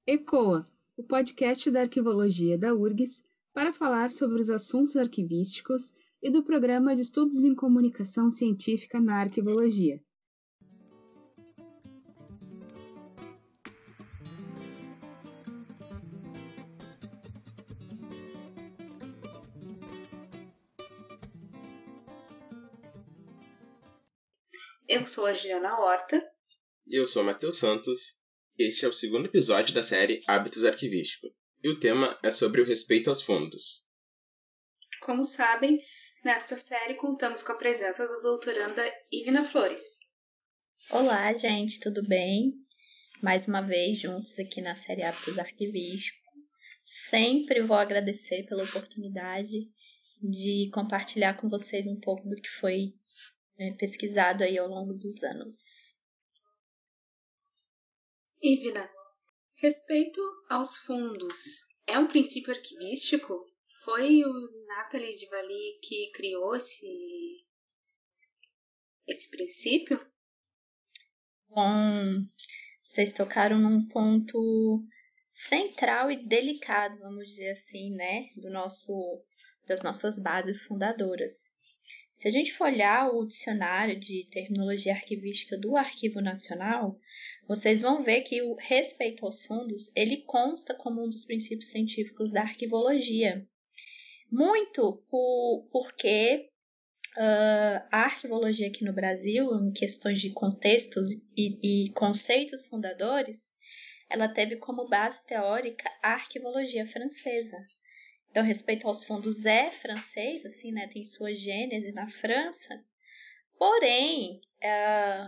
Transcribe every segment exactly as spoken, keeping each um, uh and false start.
ECOA, o podcast da Arquivologia da U R G S, para falar sobre os assuntos arquivísticos e do Programa de Estudos em Comunicação Científica na Arquivologia. Eu sou a Juliana Horta. E eu sou o Matheus Santos. Este é o segundo episódio da série Hábitos Arquivísticos. E o tema é sobre o respeito aos fundos. Como sabem, nesta série contamos com a presença da doutoranda Ivna Flores. Olá, gente, tudo bem? Mais uma vez juntos aqui na série Hábitos Arquivísticos. Sempre vou agradecer pela oportunidade de compartilhar com vocês um pouco do que foi né, pesquisado aí ao longo dos anos. Ivna, respeito aos fundos é um princípio arquivístico? Foi o Nathalie de Valli que criou esse, esse princípio? Bom, vocês tocaram num ponto central e delicado, vamos dizer assim, né, do nosso, das nossas bases fundadoras. Se a gente for olhar o dicionário de terminologia arquivística do Arquivo Nacional, vocês vão ver que o respeito aos fundos, ele consta como um dos princípios científicos da arquivologia. Muito por, porque uh, a arquivologia aqui no Brasil, em questões de contextos e, e conceitos fundadores, ela teve como base teórica a arquivologia francesa. Então, respeito aos fundos é francês, assim, né? Tem sua gênese na França. Porém, é,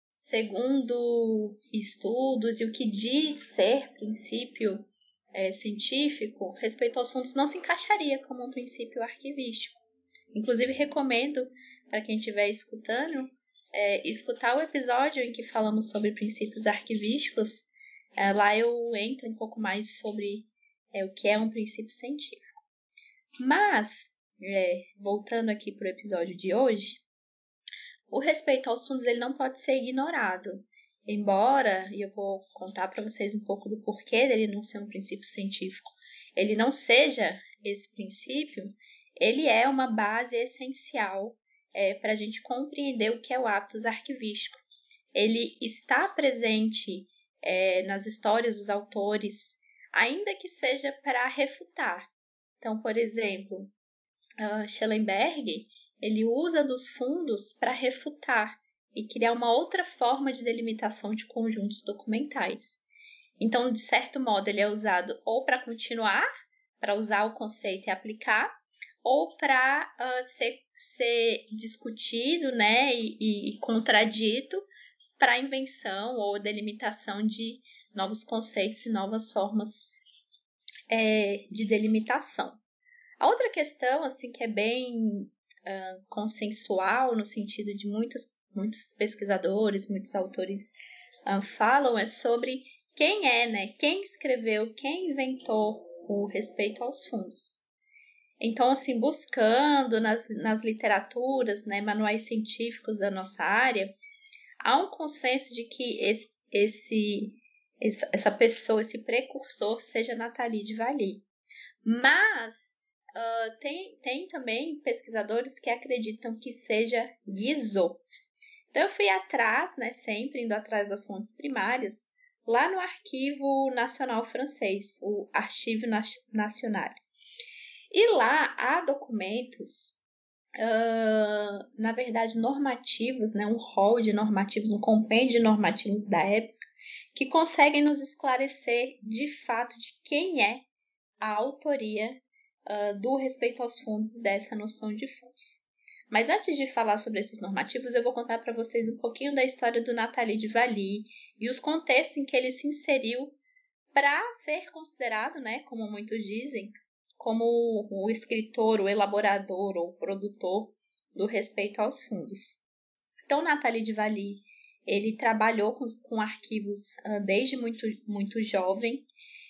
segundo estudos e o que diz ser princípio é, científico, respeito aos fundos não se encaixaria como um princípio arquivístico. Inclusive, recomendo para quem estiver escutando, é, escutar o episódio em que falamos sobre princípios arquivísticos. É, lá eu entro um pouco mais sobre é, o que é um princípio científico. Mas, é, voltando aqui para o episódio de hoje, o respeito aos fundos ele não pode ser ignorado. Embora, e eu vou contar para vocês um pouco do porquê dele não ser um princípio científico, ele não seja esse princípio, ele é uma base essencial é, para a gente compreender o que é o hábitos arquivístico. Ele está presente é, nas histórias dos autores, ainda que seja para refutar. Então, por exemplo, uh, Schellenberg, ele usa dos fundos para refutar e criar uma outra forma de delimitação de conjuntos documentais. Então, de certo modo, ele é usado ou para continuar, para usar o conceito e aplicar, ou para uh, ser, ser discutido né, e, e contradito para a invenção ou delimitação de novos conceitos e novas formas é, de delimitação. A outra questão, assim, que é bem uh, consensual, no sentido de muitos, muitos pesquisadores, muitos autores uh, falam, é sobre quem é, né? Quem escreveu, quem inventou o respeito aos fundos. Então, assim, buscando nas, nas literaturas, né, manuais científicos da nossa área, há um consenso de que esse, esse, essa pessoa, esse precursor, seja Nathalie de Valli. Mas Uh, tem, tem também pesquisadores que acreditam que seja Guizot. Então eu fui atrás, né, sempre indo atrás das fontes primárias, lá no Arquivo Nacional Francês, o Archive National. E lá há documentos, uh, na verdade normativos, né, um rol de normativos, um compêndio de normativos da época, que conseguem nos esclarecer de fato de quem é a autoria Uh, do respeito aos fundos e dessa noção de fundos. Mas antes de falar sobre esses normativos, eu vou contar para vocês um pouquinho da história do Nathalie de Valli e os contextos em que ele se inseriu para ser considerado, né, como muitos dizem, como o escritor, o elaborador ou o produtor do respeito aos fundos. Então, Nathalie de Valli, ele trabalhou com, com arquivos uh, desde muito, muito jovem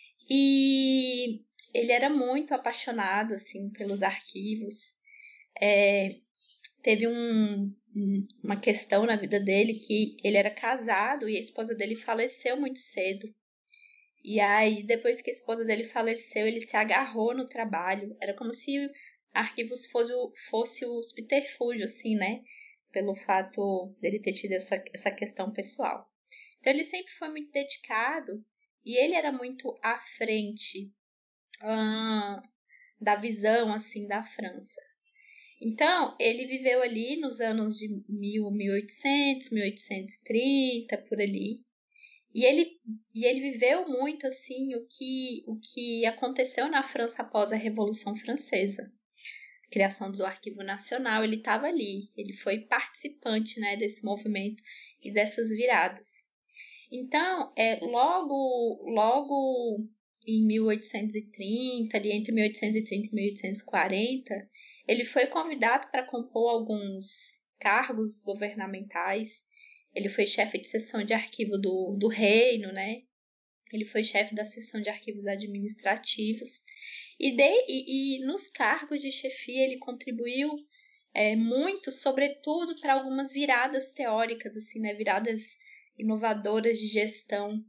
e ele era muito apaixonado assim, pelos arquivos. É, teve um, uma questão na vida dele que ele era casado e a esposa dele faleceu muito cedo. E aí, depois que a esposa dele faleceu, ele se agarrou no trabalho. Era como se arquivos fosse, fosse o subterfúgio, assim, né? Pelo fato dele ter tido essa, essa questão pessoal. Então, ele sempre foi muito dedicado e ele era muito à frente hum, da visão, assim, da França. Então, ele viveu ali nos anos de mil, mil e oitocentos, mil oitocentos e trinta, por ali. E ele, e ele viveu muito, assim, o que, o que aconteceu na França após a Revolução Francesa. A criação do Arquivo Nacional, ele estava ali. Ele foi participante, né, desse movimento e dessas viradas. Então, é, logo, logo em mil oitocentos e trinta, ali entre mil oitocentos e trinta e mil oitocentos e quarenta, ele foi convidado para compor alguns cargos governamentais. Ele foi chefe de seção de arquivo do, do reino, né? Ele foi chefe da seção de arquivos administrativos. E, de, e, e nos cargos de chefia ele contribuiu é, muito, sobretudo para algumas viradas teóricas, assim, né? Viradas inovadoras de gestão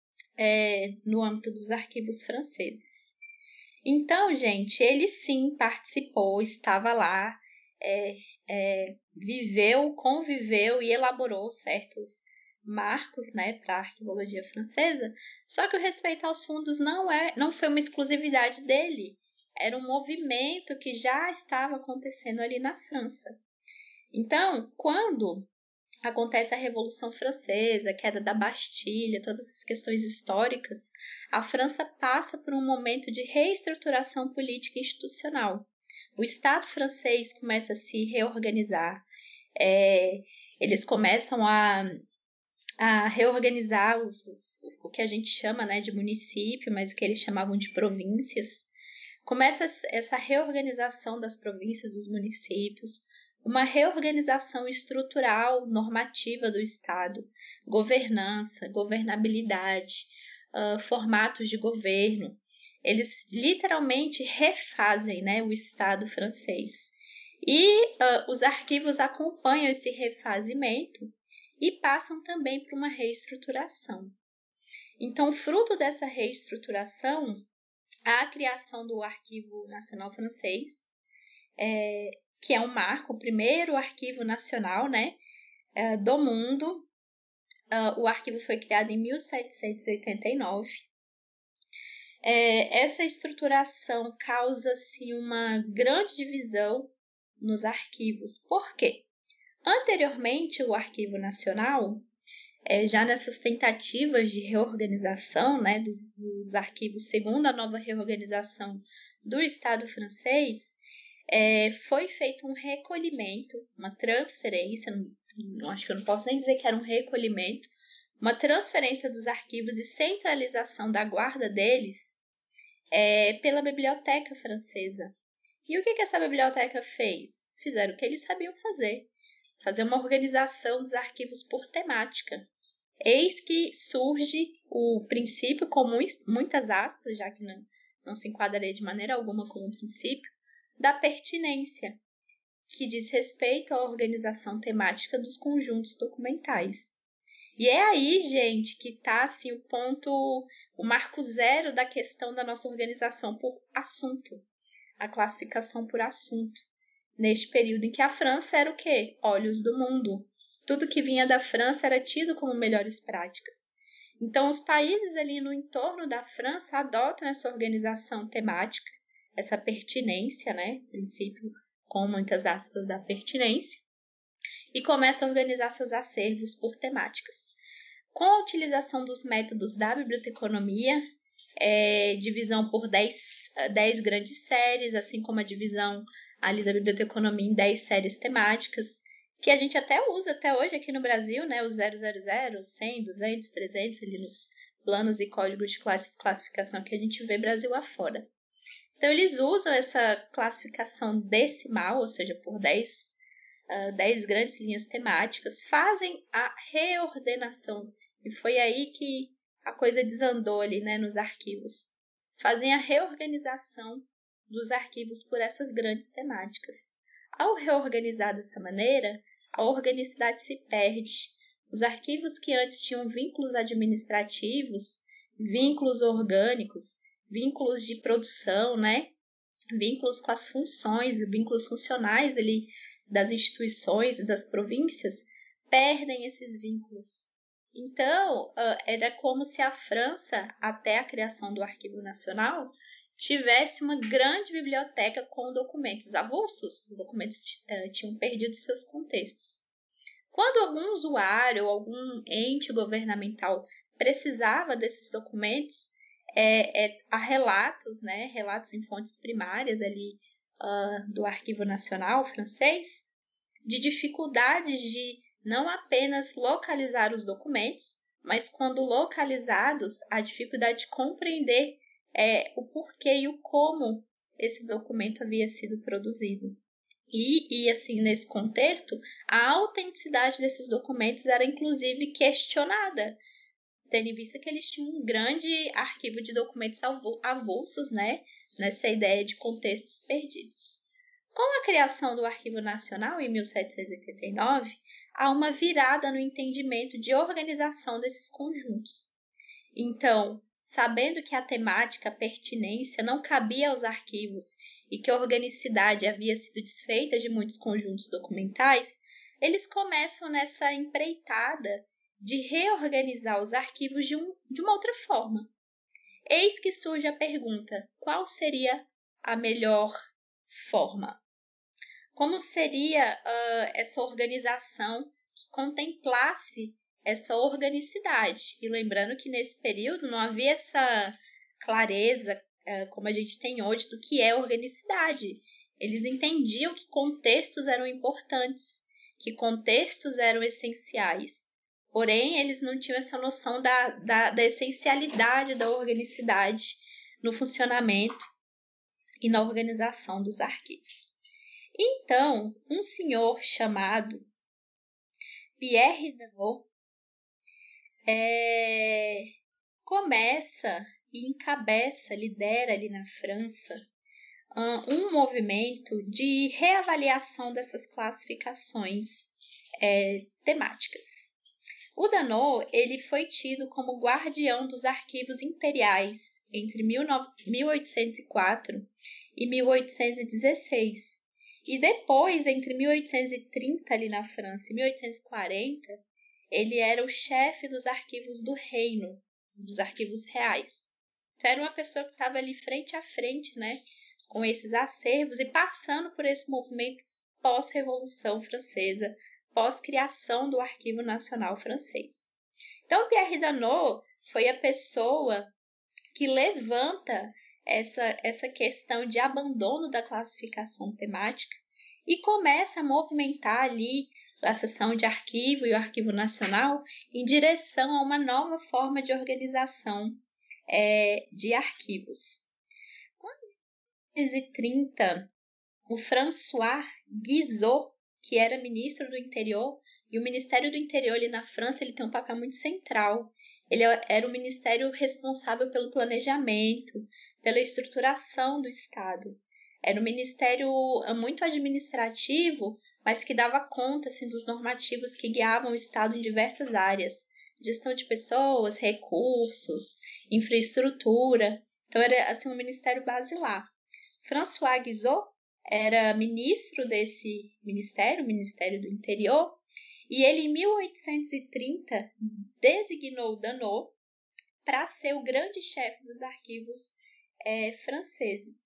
é, no âmbito dos arquivos franceses. Então, gente, ele sim participou, estava lá, é, é, viveu, conviveu e elaborou certos marcos, né, para a arquivologia francesa. Só que o respeito aos fundos não, é, não foi uma exclusividade dele, era um movimento que já estava acontecendo ali na França. Então, quando acontece a Revolução Francesa, a queda da Bastilha, todas essas questões históricas, a França passa por um momento de reestruturação política e institucional. O Estado francês começa a se reorganizar, é, eles começam a, a reorganizar os, os, o que a gente chama, né, de município, mas o que eles chamavam de províncias. Começa essa reorganização das províncias, dos municípios, uma reorganização estrutural normativa do Estado, governança, governabilidade, uh, formatos de governo. Eles literalmente refazem, né, o Estado francês. E uh, os arquivos acompanham esse refazimento e passam também por uma reestruturação. Então, fruto dessa reestruturação, a criação do Arquivo Nacional Francês, é, que é um marco, o primeiro arquivo nacional, né, é, do mundo. Uh, o arquivo foi criado em mil setecentos e oitenta e nove. É, essa estruturação causa-se uma grande divisão nos arquivos. Por quê? Anteriormente, o Arquivo Nacional, é, já nessas tentativas de reorganização, né, dos, dos arquivos segundo a nova reorganização do Estado francês, É, foi feito um recolhimento, uma transferência, não, não, acho que eu não posso nem dizer que era um recolhimento, uma transferência dos arquivos e centralização da guarda deles é, pela Biblioteca Francesa. E o que, que essa biblioteca fez? Fizeram o que eles sabiam fazer, fazer uma organização dos arquivos por temática. Eis que surge o princípio, com muitas aspas, já que não, não se enquadraria de maneira alguma como um princípio, da pertinência, que diz respeito à organização temática dos conjuntos documentais. E é aí, gente, que está assim, o ponto, o marco zero da questão da nossa organização por assunto, a classificação por assunto. Neste período em que a França era o quê? Olhos do mundo. Tudo que vinha da França era tido como melhores práticas. Então, os países ali no entorno da França adotam essa organização temática, essa pertinência, né, princípio com muitas aspas da pertinência, e começa a organizar seus acervos por temáticas. Com a utilização dos métodos da biblioteconomia, é, divisão por dez, dez grandes séries, assim como a divisão ali da biblioteconomia em dez séries temáticas, que a gente até usa até hoje aqui no Brasil, né, os zero zero zero, cem, duzentos, trezentos, ali nos planos e códigos de classificação que a gente vê Brasil afora. Então, eles usam essa classificação decimal, ou seja, por dez, uh, dez grandes linhas temáticas, fazem a reordenação. E foi aí que a coisa desandou ali, né, nos arquivos. Fazem a reorganização dos arquivos por essas grandes temáticas. Ao reorganizar dessa maneira, a organicidade se perde. Os arquivos que antes tinham vínculos administrativos vínculos orgânicos, vínculos de produção, né? Vínculos com as funções, vínculos funcionais ali das instituições, das províncias, perdem esses vínculos. Então, era como se a França, até a criação do Arquivo Nacional, tivesse uma grande biblioteca com documentos avulsos. Os documentos uh, tinham perdido seus contextos. Quando algum usuário ou algum ente governamental precisava desses documentos, é, é, há relatos, né, relatos em fontes primárias ali uh, do Arquivo Nacional francês, de dificuldades de não apenas localizar os documentos, mas quando localizados, a dificuldade de compreender é, o porquê e o como esse documento havia sido produzido. E, e, assim, nesse contexto, a autenticidade desses documentos era, inclusive, questionada, tendo em vista que eles tinham um grande arquivo de documentos avulsos, né, nessa ideia de contextos perdidos. Com a criação do Arquivo Nacional, em mil setecentos e oitenta e nove, há uma virada no entendimento de organização desses conjuntos. Então, sabendo que a temática, a pertinência, não cabia aos arquivos e que a organicidade havia sido desfeita de muitos conjuntos documentais, eles começam nessa empreitada de reorganizar os arquivos de, um, de uma outra forma. Eis que surge a pergunta: qual seria a melhor forma? Como seria uh, essa organização que contemplasse essa organicidade? E lembrando que nesse período não havia essa clareza, uh, como a gente tem hoje, do que é organicidade. Eles entendiam que contextos eram importantes, que contextos eram essenciais. Porém, eles não tinham essa noção da, da, da essencialidade da organicidade no funcionamento e na organização dos arquivos. Então, um senhor chamado Pierre Danou é, começa e encabeça, lidera ali na França, um movimento de reavaliação dessas classificações é, temáticas. O Danou, ele foi tido como guardião dos arquivos imperiais entre mil oitocentos e quatro e mil oitocentos e dezesseis. E depois, entre mil oitocentos e trinta ali na França e mil oitocentos e quarenta, ele era o chefe dos arquivos do reino, dos arquivos reais. Então era uma pessoa que estava ali frente a frente, né, com esses acervos e passando por esse movimento pós-Revolução Francesa, pós-criação do Arquivo Nacional Francês. Então, Pierre Danou foi a pessoa que levanta essa, essa questão de abandono da classificação temática e começa a movimentar ali a seção de arquivo e o Arquivo Nacional em direção a uma nova forma de organização é, de arquivos. Em mil novecentos e trinta, o François Guizot, que era ministro do Interior, e o Ministério do Interior ali na França ele tem um papel muito central. Ele era o ministério responsável pelo planejamento, pela estruturação do Estado. Era um ministério muito administrativo, mas que dava conta assim, dos normativos que guiavam o Estado em diversas áreas. Gestão de pessoas, recursos, infraestrutura. Então era assim, um ministério basilar. François Guizot era ministro desse ministério, o Ministério do Interior, e ele, em mil oitocentos e trinta, designou Danou para ser o grande chefe dos arquivos é, franceses.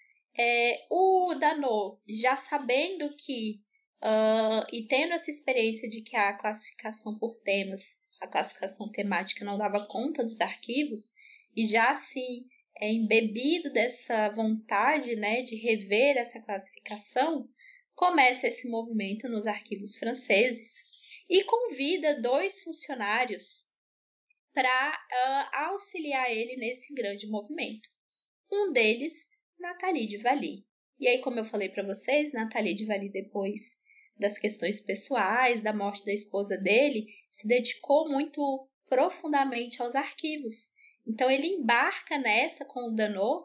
É, o Danou, já sabendo que, uh, e tendo essa experiência de que a classificação por temas, a classificação temática não dava conta dos arquivos, e já assim, é, embebido dessa vontade, né, de rever essa classificação, começa esse movimento nos arquivos franceses e convida dois funcionários para uh, auxiliar ele nesse grande movimento. Um deles, Nathalie de Valy. E aí, como eu falei para vocês, Nathalie de Valy, depois das questões pessoais, da morte da esposa dele, se dedicou muito profundamente aos arquivos. Então, ele embarca nessa com o Danou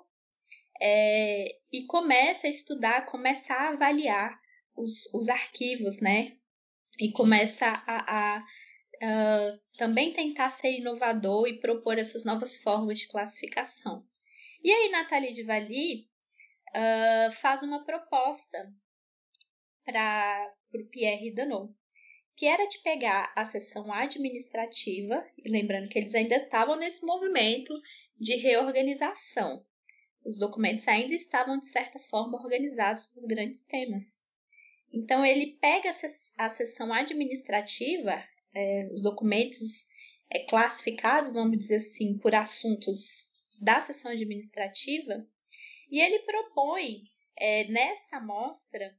é, e começa a estudar, começa a avaliar os, os arquivos, né? E começa a, a uh, também tentar ser inovador e propor essas novas formas de classificação. E aí Nathalie de Valy uh, faz uma proposta para o Pierre Danon, que era de pegar a seção administrativa, e lembrando que eles ainda estavam nesse movimento de reorganização. Os documentos ainda estavam, de certa forma, organizados por grandes temas. Então, ele pega a seção administrativa, é, os documentos é, classificados, vamos dizer assim, por assuntos da seção administrativa, e ele propõe, é, nessa amostra,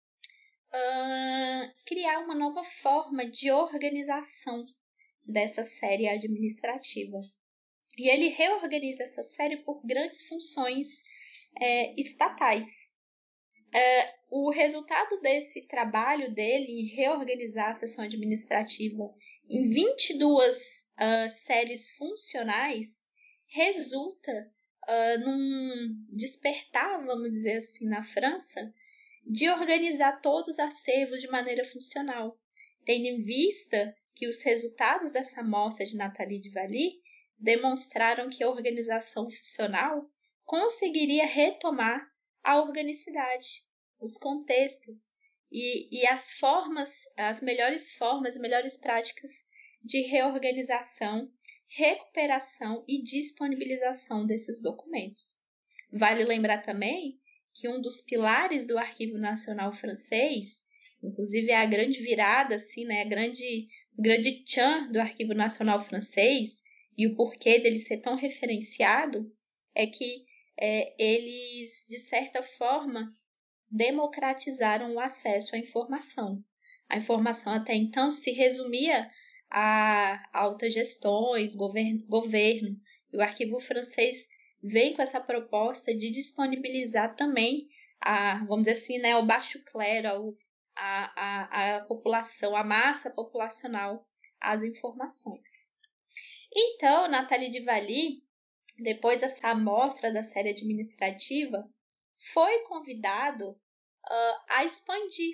Uh, criar uma nova forma de organização dessa série administrativa. E ele reorganiza essa série por grandes funções é, estatais. É, o resultado desse trabalho dele em reorganizar a seção administrativa em vinte e duas uh, séries funcionais resulta uh, num despertar, vamos dizer assim, na França, de organizar todos os acervos de maneira funcional, tendo em vista que os resultados dessa amostra de Nathalie de Valy demonstraram que a organização funcional conseguiria retomar a organicidade, os contextos e, e as formas, as melhores formas, melhores práticas de reorganização, recuperação e disponibilização desses documentos. Vale lembrar também que um dos pilares do Arquivo Nacional Francês, inclusive é a grande virada, assim, né, a grande, o grande tchan do Arquivo Nacional Francês, e o porquê dele ser tão referenciado, é que é, eles, de certa forma, democratizaram o acesso à informação. A informação até então se resumia a altas gestões, governo, governo, e o Arquivo Francês vem com essa proposta de disponibilizar também, a, vamos dizer assim, né, o baixo clero, a, a, a população, a massa populacional, as informações. Então, Nathalie de Valy, depois dessa amostra da série administrativa, foi convidado uh, a expandir.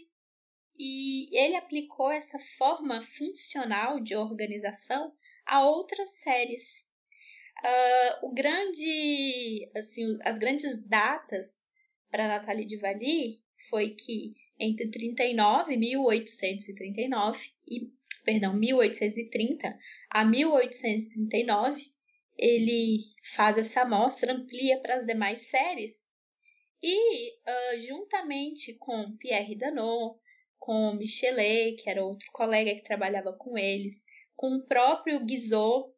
E ele aplicou essa forma funcional de organização a outras séries. Uh, o grande, assim, as grandes datas para Nathalie de Valy foi que entre trinta e nove, mil oitocentos e trinta e nove e, perdão, mil oitocentos e trinta a mil oitocentos e trinta e nove, ele faz essa amostra, amplia para as demais séries e, uh, juntamente com Pierre Danon, com Michelet, que era outro colega que trabalhava com eles, com o próprio Guizot,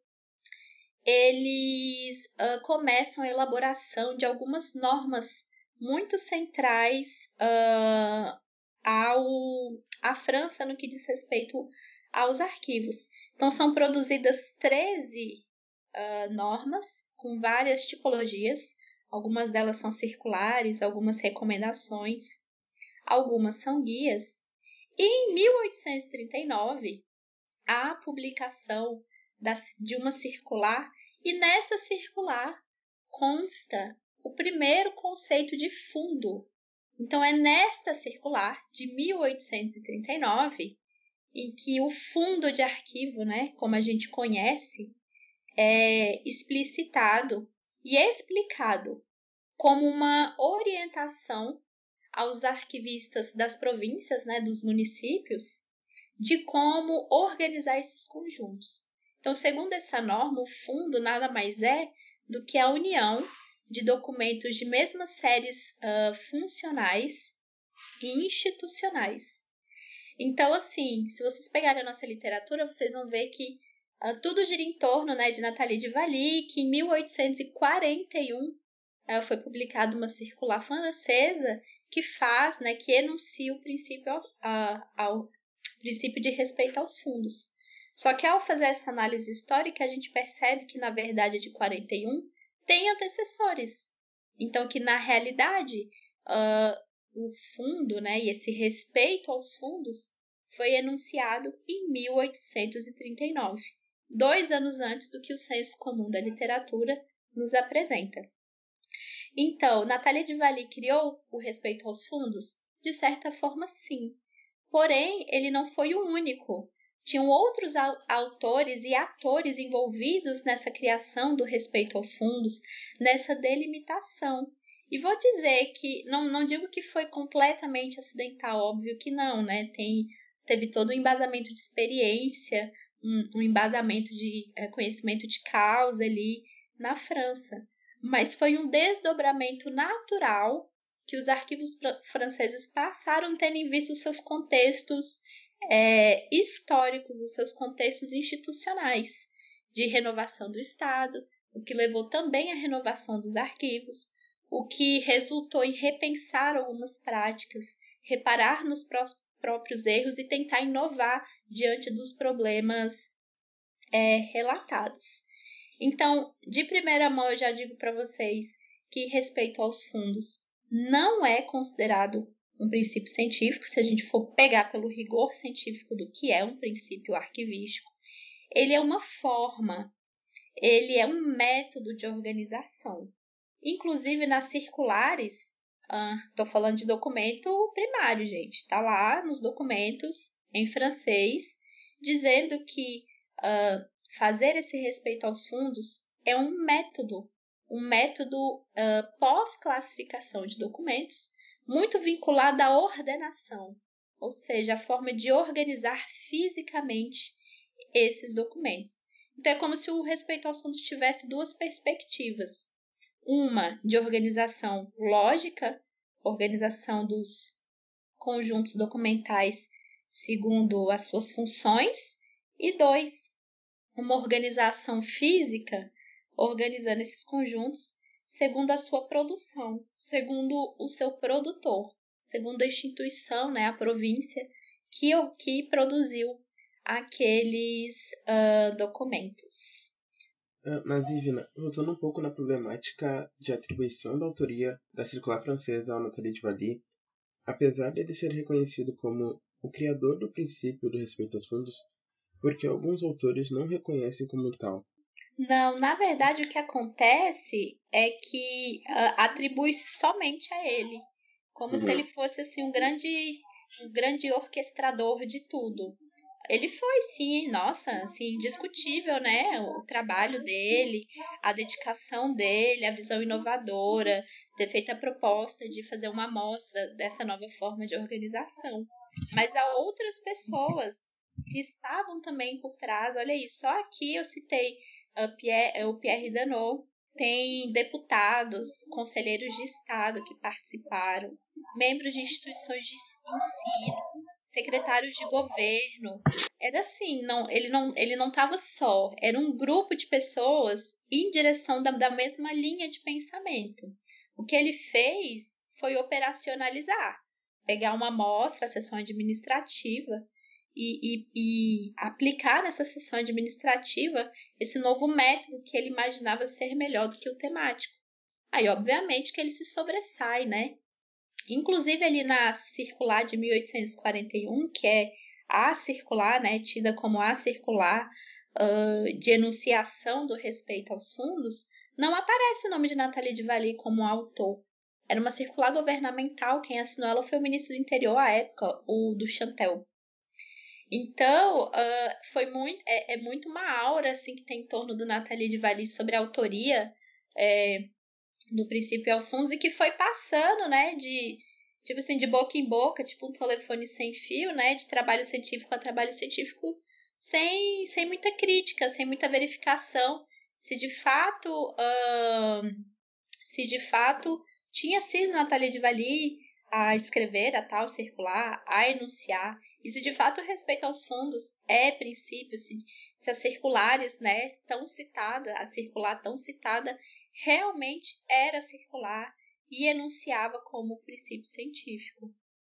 eles uh, começam a elaboração de algumas normas muito centrais uh, ao, à França no que diz respeito aos arquivos. Então, são produzidas treze uh, normas com várias tipologias. Algumas delas são circulares, algumas recomendações, algumas são guias. E em mil oitocentos e trinta e nove, há a publicação de uma circular, e nessa circular consta o primeiro conceito de fundo. Então, é nesta circular de mil oitocentos e trinta e nove em que o fundo de arquivo, né, como a gente conhece, é explicitado e explicado como uma orientação aos arquivistas das províncias, né, dos municípios, de como organizar esses conjuntos. Então, segundo essa norma, o fundo nada mais é do que a união de documentos de mesmas séries uh, funcionais e institucionais. Então, assim, se vocês pegarem a nossa literatura, vocês vão ver que uh, tudo gira em torno, né, de Nathalie de Valy, que em mil oitocentos e quarenta e um uh, foi publicada uma circular francesa que faz, né, que enuncia o princípio ao, uh, ao princípio de respeito aos fundos. Só que ao fazer essa análise histórica, a gente percebe que, na verdade, a de quarenta e um tem antecessores. Então, que na realidade, uh, o fundo, né, e esse respeito aos fundos foi enunciado em mil oitocentos e trinta e nove, dois anos antes do que o senso comum da literatura nos apresenta. Então, Nathalie de Valy criou o respeito aos fundos? De certa forma, sim. Porém, ele não foi o único. tinham outros autores e atores envolvidos nessa criação do respeito aos fundos, nessa delimitação. E vou dizer que, não, não digo que foi completamente acidental, óbvio que não, né? Tem, teve todo um embasamento de experiência, um, um embasamento de é, conhecimento de causa ali na França. Mas foi um desdobramento natural que os arquivos franceses passaram tendo em vista os seus contextos é, históricos, os seus contextos institucionais de renovação do Estado, o que levou também à renovação dos arquivos, o que resultou em repensar algumas práticas, reparar nos pró- próprios erros e tentar inovar diante dos problemas é, relatados. Então, de primeira mão, eu já digo para vocês que respeito aos fundos não é considerado um princípio científico, se a gente for pegar pelo rigor científico do que é um princípio arquivístico. Ele é uma forma, ele é um método de organização. Inclusive, nas circulares, estou uh, falando de documento primário, gente, está lá nos documentos em francês, dizendo que uh, fazer esse respeito aos fundos é um método, um método uh, pós-classificação de documentos, muito vinculado à ordenação, ou seja, a forma de organizar fisicamente esses documentos. Então, é como se o respeito aos fundos tivesse duas perspectivas. Uma de organização lógica, organização dos conjuntos documentais segundo as suas funções, e dois, uma organização física, organizando esses conjuntos segundo a sua produção, segundo o seu produtor, segundo a instituição, né, a província que, que produziu aqueles uh, documentos. Mas, Ivina, voltando um pouco na problemática de atribuição da autoria da circular francesa ao Nathalie de Valy, apesar de ele ser reconhecido como o criador do princípio do respeito aos fundos, porque alguns autores não reconhecem como tal. Não, na verdade o que acontece é que uh, atribui-se somente a ele, como uhum. se ele fosse assim um grande, um grande orquestrador de tudo. Ele foi, sim, nossa, assim, indiscutível, né? O trabalho dele, a dedicação dele, a visão inovadora, ter feito a proposta de fazer uma amostra dessa nova forma de organização. Mas há outras pessoas que estavam também por trás. Olha aí, só aqui eu citei uh, Pierre, o Pierre Danon, tem deputados, conselheiros de Estado que participaram, membros de instituições de ensino, secretários de governo. Era assim, não, ele não ele não estava só, era um grupo de pessoas em direção da, da mesma linha de pensamento. O que ele fez foi operacionalizar, pegar uma amostra, a sessão administrativa, e, e, e aplicar nessa sessão administrativa esse novo método que ele imaginava ser melhor do que o temático. Aí, obviamente, que ele se sobressai, né? Inclusive ali na circular de mil oitocentos e quarenta e um, que é a circular, né, tida como a circular uh, de enunciação do respeito aos fundos, não aparece o nome de Nathalie de Valy como autor. Era uma circular governamental, quem assinou ela foi o ministro do Interior à época, o Duchantel. Então, uh, foi muito, é, é muito uma aura assim, que tem em torno do Nathalie de Valy sobre a autoria é, no princípio aos fundos, e que foi passando, né, de, tipo assim, de boca em boca, tipo um telefone sem fio, né, de trabalho científico a trabalho científico, sem, sem muita crítica, sem muita verificação, se de fato, uh, se de fato tinha sido Nathalie de Valy a escrever a tal circular, a enunciar, e se de fato o respeito aos fundos é princípio, se, se as circulares, né, tão citada, a circular tão citada, realmente era circular e enunciava como princípio científico.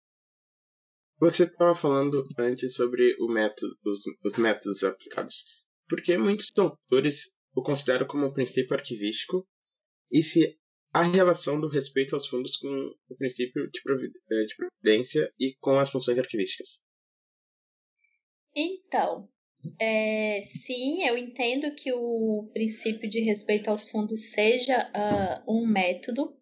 Você estava falando antes sobre o método, os, os métodos aplicados. Por que muitos autores o consideram como um princípio arquivístico e se a relação do respeito aos fundos com o princípio de providência e com as funções arquivísticas? Então, é, sim, eu entendo que o princípio de respeito aos fundos seja uh, um método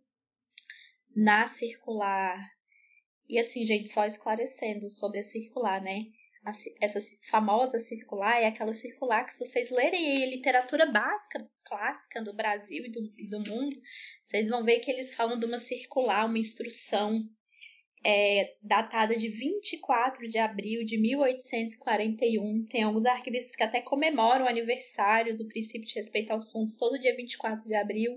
na circular. E assim, gente, só esclarecendo sobre a circular, né? A, essa famosa circular é aquela circular que, se vocês lerem a literatura básica, clássica do Brasil e do, e do mundo, vocês vão ver que eles falam de uma circular, uma instrução é, datada de vinte e quatro de abril de mil oitocentos e quarenta e um. Tem alguns arquivistas que até comemoram o aniversário do princípio de respeito aos fundos todo dia vinte e quatro de abril.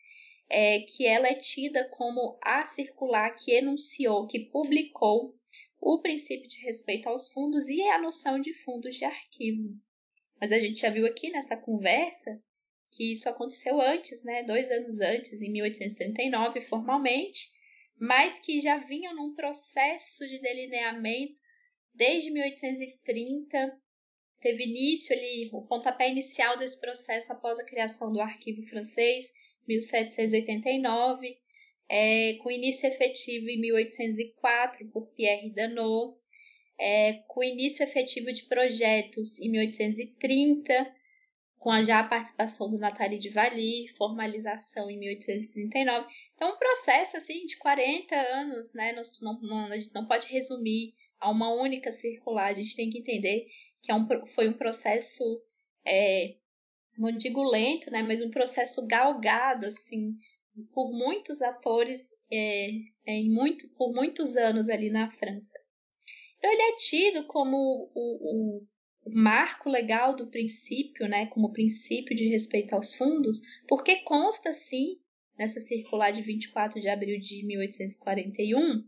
É, que ela é tida como a circular que enunciou, que publicou o princípio de respeito aos fundos e a noção de fundos de arquivo. Mas a gente já viu aqui nessa conversa que isso aconteceu antes, né? Dois anos antes, em mil oitocentos e trinta e nove, formalmente, mas que já vinham num processo de delineamento desde mil oitocentos e trinta. Teve início ali, o pontapé inicial desse processo após a criação do arquivo francês, mil setecentos e oitenta e nove, é, com início efetivo em mil oitocentos e quatro por Pierre Danot, é, com início efetivo de projetos em mil oitocentos e trinta, com a já a participação do Nathalie de Valy, formalização em mil oitocentos e trinta e nove. Então, um processo assim, de quarenta anos, né? Não, não, a gente não pode resumir a uma única circular, a gente tem que entender que é um, foi um processo, é, não digo lento, né, mas um processo galgado, assim, por muitos atores é, é, em muito, por muitos anos ali na França. Então ele é tido como o, o, o marco legal do princípio, né, como princípio de respeito aos fundos, porque consta, sim, nessa circular de vinte e quatro de abril de mil oitocentos e quarenta e um,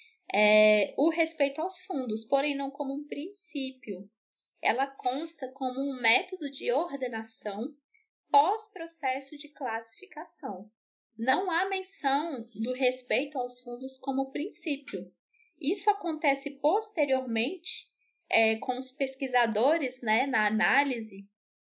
é, o respeito aos fundos, porém não como um princípio. Ela consta como um método de ordenação pós-processo de classificação. Não há menção do respeito aos fundos como princípio. Isso acontece posteriormente é, com os pesquisadores, né, na análise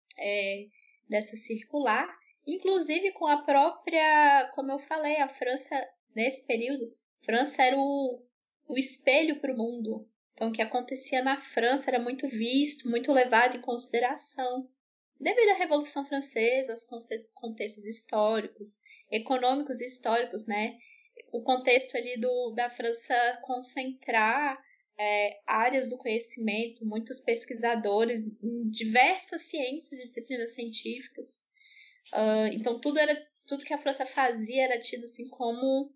é, dessa circular, inclusive com a própria, como eu falei, a França, nesse período, a França era o, o espelho para o mundo. Então, o que acontecia na França era muito visto, muito levado em consideração. Devido à Revolução Francesa, aos contextos históricos, econômicos e históricos, né? O contexto ali do, da França concentrar é, áreas do conhecimento, muitos pesquisadores em diversas ciências e disciplinas científicas. Uh, então, tudo, era, tudo que a França fazia era tido assim como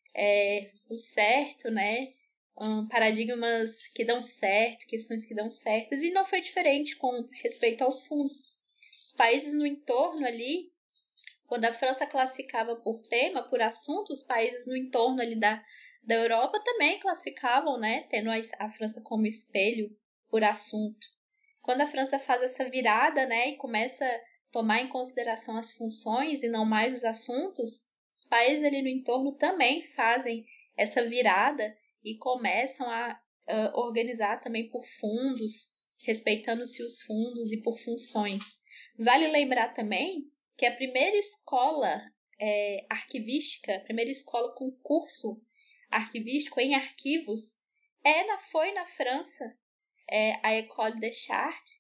é, o certo, né? Um, paradigmas que dão certo, questões que dão certas, e não foi diferente com respeito aos fundos. Os países no entorno ali, quando a França classificava por tema, por assunto, os países no entorno ali da, da Europa também classificavam, né, tendo a, a França como espelho por assunto. Quando a França faz essa virada, né, e começa a tomar em consideração as funções e não mais os assuntos, os países ali no entorno também fazem essa virada e começam a uh, organizar também por fundos, respeitando-se os fundos e por funções. Vale lembrar também que a primeira escola é, arquivística, a primeira escola com curso arquivístico em arquivos, é na, foi na França, é, a École des Chartes.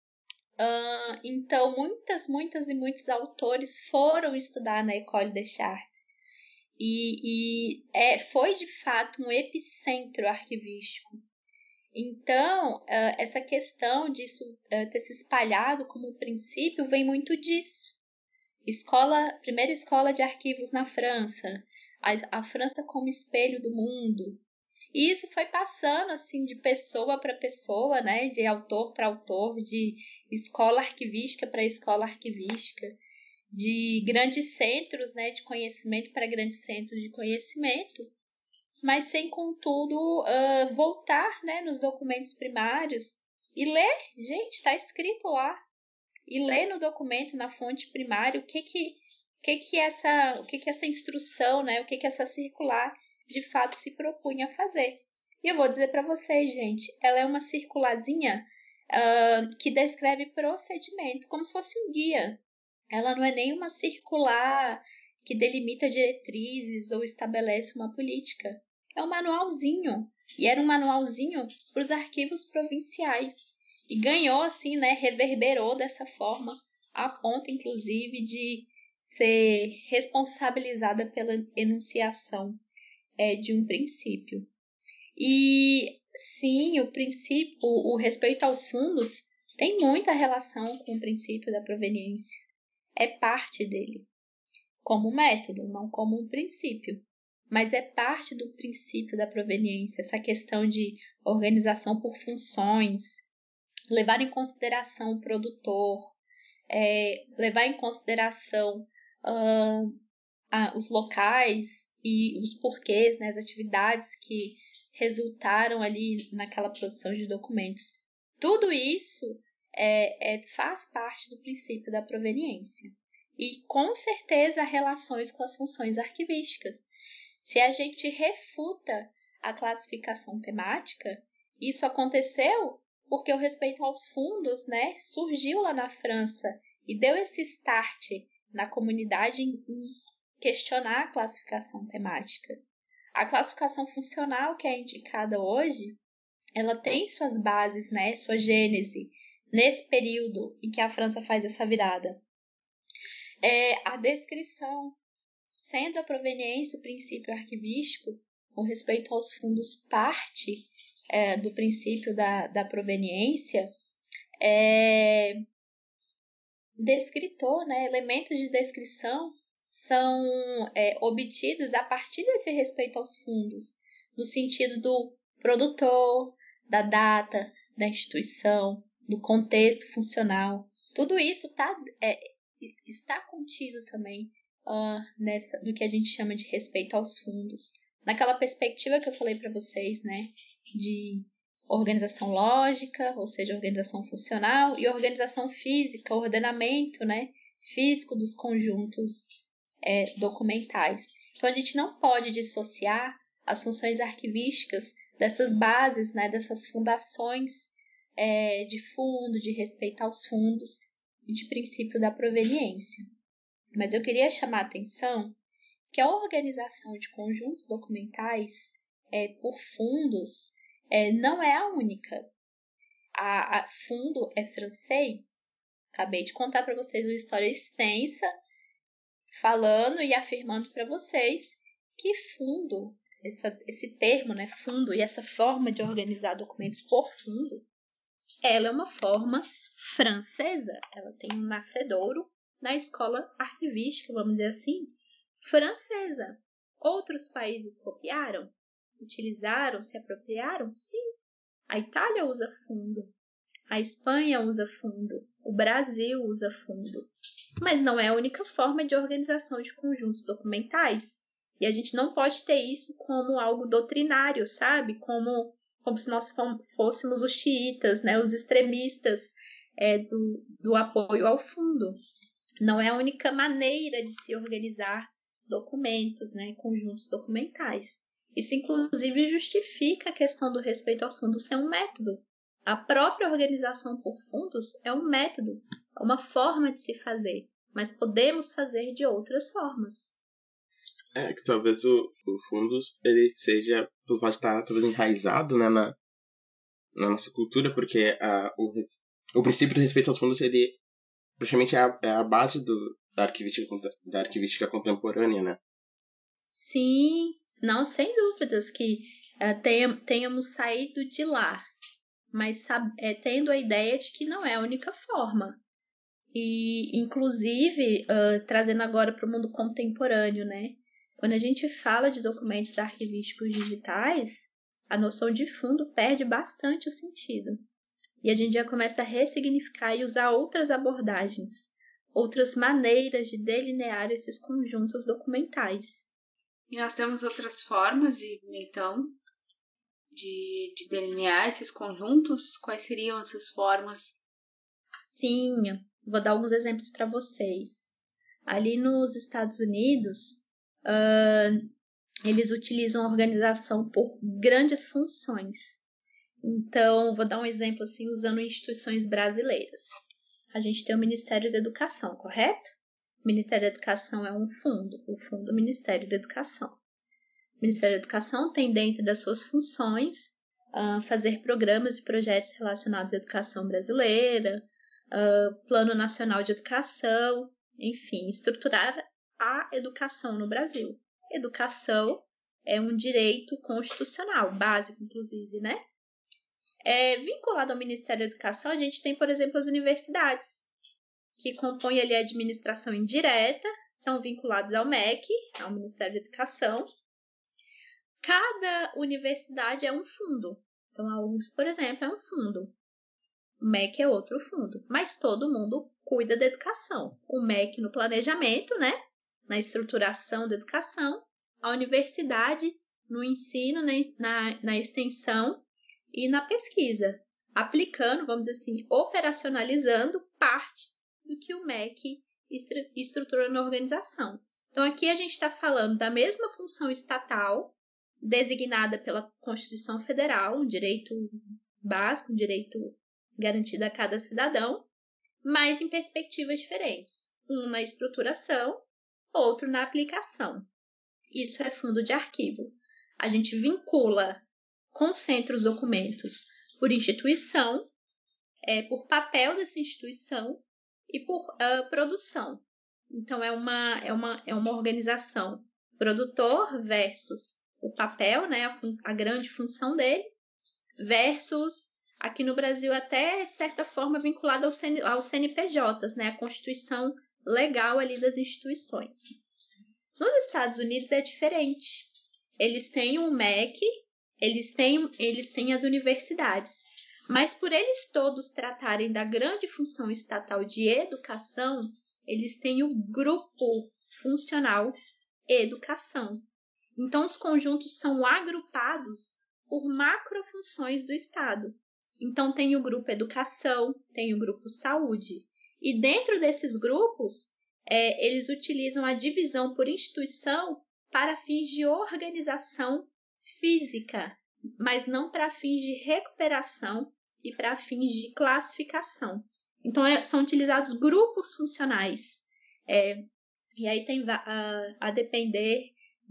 Uh, então, muitas, muitas e muitos autores foram estudar na École des Chartes. E, e é, foi, de fato, um epicentro arquivístico. Então, uh, essa questão disso uh, ter se espalhado como princípio vem muito disso. Escola, primeira escola de arquivos na França, a, a França como espelho do mundo. E isso foi passando assim de pessoa para pessoa, né, de autor para autor, de escola arquivística para escola arquivística, de grandes centros, né, de conhecimento para grandes centros de conhecimento, mas sem, contudo, uh, voltar, né, nos documentos primários e ler. Gente, está escrito lá. E ler no documento, na fonte primária, o que que, o que, que, essa, o que, que essa instrução, né, o que, que essa circular de fato se propunha a fazer. E eu vou dizer para vocês, gente, ela é uma circularzinha uh, que descreve procedimento, como se fosse um guia. Ela não é nem uma circular que delimita diretrizes ou estabelece uma política. É um manualzinho. E era um manualzinho para os arquivos provinciais. E ganhou, assim, né? Reverberou dessa forma, a ponto, inclusive, de ser responsabilizada pela enunciação é, de um princípio. E sim, o princípio, o, o respeito aos fundos tem muita relação com o princípio da proveniência. É parte dele, como método, não como um princípio. Mas é parte do princípio da proveniência, essa questão de organização por funções, levar em consideração o produtor, é, levar em consideração uh, a, os locais e os porquês, né, as atividades que resultaram ali naquela produção de documentos. Tudo isso é, é, faz parte do princípio da proveniência. E, com certeza, relações com as funções arquivísticas. Se a gente refuta a classificação temática, isso aconteceu porque o respeito aos fundos, né, surgiu lá na França e deu esse start na comunidade em questionar a classificação temática. A classificação funcional que é indicada hoje, ela tem suas bases, né, sua gênese, nesse período em que a França faz essa virada. É, a descrição, sendo a proveniência o princípio arquivístico, com respeito aos fundos parte é, do princípio da, da proveniência, é, descritor, né, elementos de descrição são é, obtidos a partir desse respeito aos fundos, no sentido do produtor, da data, da instituição, do contexto funcional. Tudo isso tá, é, está contido também uh, nessa, do que a gente chama de respeito aos fundos. Naquela perspectiva que eu falei para vocês, né, de organização lógica, ou seja, organização funcional, e organização física, ordenamento, né, físico dos conjuntos é, documentais. Então, a gente não pode dissociar as funções arquivísticas dessas bases, né, dessas fundações é, de fundo, de respeito aos fundos e de princípio da proveniência. Mas eu queria chamar a atenção que a organização de conjuntos documentais é, por fundos é, não é a única. A, a fundo é francês. Acabei de contar para vocês uma história extensa, falando e afirmando para vocês que fundo, essa, esse termo, né, fundo, e essa forma de organizar documentos por fundo, ela é uma forma francesa. Ela tem um nascedouro na escola arquivística, vamos dizer assim, francesa. Outros países copiaram? Utilizaram? Se apropriaram? Sim. A Itália usa fundo. A Espanha usa fundo. O Brasil usa fundo. Mas não é a única forma de organização de conjuntos documentais. E a gente não pode ter isso como algo doutrinário, sabe? Como, como se nós fôssemos os xiitas, né? Os extremistas é, do, do apoio ao fundo. Não é a única maneira de se organizar documentos, né? Conjuntos documentais. Isso, inclusive, justifica a questão do respeito aos fundos ser um método. A própria organização por fundos é um método, é uma forma de se fazer, mas podemos fazer de outras formas. É, que talvez o, o fundos ele seja, pode estar talvez enraizado, né, na, na nossa cultura, porque a, o, o princípio de respeito aos fundos ele praticamente é a, é a base do, da, arquivística, da arquivística contemporânea, né? Sim, não, sem dúvidas que uh, tenham, tenhamos saído de lá, mas sabe, é, tendo a ideia de que não é a única forma. E, inclusive, uh, trazendo agora para o mundo contemporâneo, né? Quando a gente fala de documentos arquivísticos digitais, a noção de fundo perde bastante o sentido. E a gente já começa a ressignificar e usar outras abordagens, outras maneiras de delinear esses conjuntos documentais. E nós temos outras formas, de, então, de, de delinear esses conjuntos? Quais seriam essas formas? Sim, vou dar alguns exemplos para vocês. Ali nos Estados Unidos, uh, eles utilizam a organização por grandes funções. Então, vou dar um exemplo assim, usando instituições brasileiras. A gente tem o Ministério da Educação, correto? O Ministério da Educação é um fundo, o Fundo do Ministério da Educação. O Ministério da Educação tem dentro das suas funções uh, fazer programas e projetos relacionados à educação brasileira, uh, Plano Nacional de Educação, enfim, estruturar a educação no Brasil. Educação é um direito constitucional, básico, inclusive, né? É, vinculado ao Ministério da Educação, a gente tem, por exemplo, as universidades, que compõem ali a administração indireta, são vinculados ao M E C, ao Ministério da Educação. Cada universidade é um fundo. Então, a U R G S, por exemplo, é um fundo. O M E C é outro fundo. Mas todo mundo cuida da educação. O M E C no planejamento, né? Na estruturação da educação. A universidade no ensino, na, na extensão e na pesquisa. Aplicando, vamos dizer assim, operacionalizando parte do que o M E C estrutura na organização. Então, aqui a gente está falando da mesma função estatal, designada pela Constituição Federal, um direito básico, um direito garantido a cada cidadão, mas em perspectivas diferentes. Um na estruturação, outro na aplicação. Isso é fundo de arquivo. A gente vincula, concentra os documentos por instituição, é, por papel dessa instituição e por uh, produção. Então, é uma, é, uma, é uma organização produtor versus o papel, né, a, fun- a grande função dele, versus, aqui no Brasil, até, de certa forma, vinculado ao C N, aos C N P Js, né, a constituição legal ali das instituições. Nos Estados Unidos é diferente. Eles têm o M E C, eles têm, eles têm as universidades. Mas por eles todos tratarem da grande função estatal de educação, eles têm o grupo funcional educação. Então, os conjuntos são agrupados por macrofunções do Estado. Então, tem o grupo educação, tem o grupo saúde. E dentro desses grupos, é, eles utilizam a divisão por instituição para fins de organização física, mas não para fins de recuperação e para fins de classificação. Então, é, são utilizados grupos funcionais. É, e aí tem a, a depender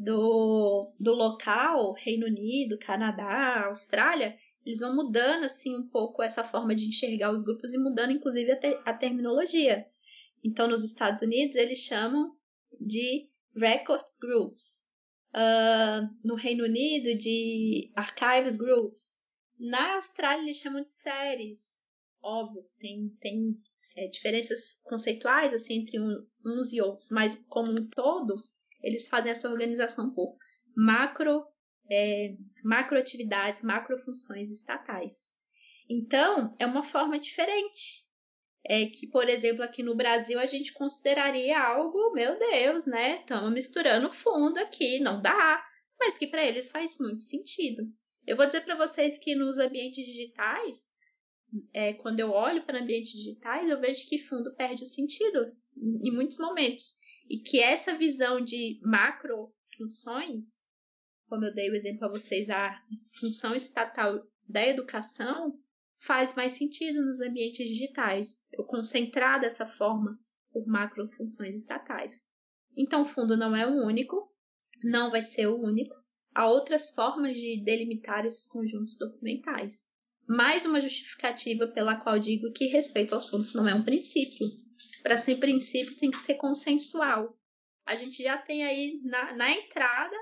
do, do local, Reino Unido, Canadá, Austrália, eles vão mudando assim um pouco essa forma de enxergar os grupos e mudando inclusive a, te, a terminologia. Então, nos Estados Unidos, eles chamam de Records Groups. Uh, no Reino Unido, de Archives Groups. Na Austrália, eles chamam de séries. Óbvio, tem, tem é, diferenças conceituais assim, entre um, uns e outros, mas como um todo, eles fazem essa organização por macro, é, macroatividades, macrofunções estatais. Então, é uma forma diferente. É que, por exemplo, aqui no Brasil a gente consideraria algo, meu Deus, né? Estamos misturando fundo aqui, não dá. Mas que para eles faz muito sentido. Eu vou dizer para vocês que nos ambientes digitais, é, quando eu olho para ambientes digitais, eu vejo que fundo perde o sentido em muitos momentos. E que essa visão de macro funções, como eu dei o exemplo para vocês, a função estatal da educação, faz mais sentido nos ambientes digitais, eu concentrar dessa forma por macrofunções estatais. Então, o fundo não é o único, não vai ser o único. Há outras formas de delimitar esses conjuntos documentais. Mais uma justificativa pela qual digo que respeito aos fundos não é um princípio. Para ser princípio, tem que ser consensual. A gente já tem aí na, na entrada,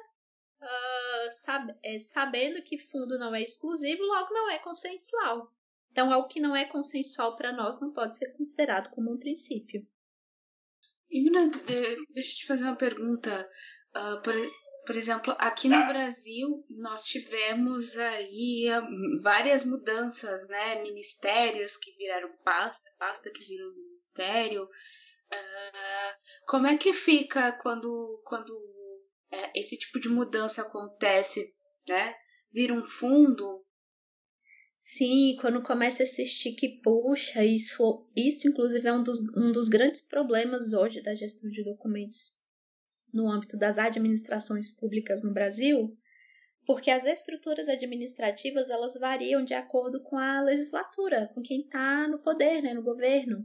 uh, sab, é, sabendo que fundo não é exclusivo, logo não é consensual. Então, algo que não é consensual para nós não pode ser considerado como um princípio. Ivna, deixa eu te fazer uma pergunta. Uh, por, por exemplo, aqui no Brasil, nós tivemos aí várias mudanças, né? Ministérios que viraram pasta, pasta que virou ministério. Uh, como é que fica quando, quando uh, esse tipo de mudança acontece, né? Vira um fundo? Sim, quando começa esse estica e puxa, isso, isso inclusive é um dos, um dos grandes problemas hoje da gestão de documentos no âmbito das administrações públicas no Brasil, porque as estruturas administrativas elas variam de acordo com a legislatura, com quem está no poder, né, no governo.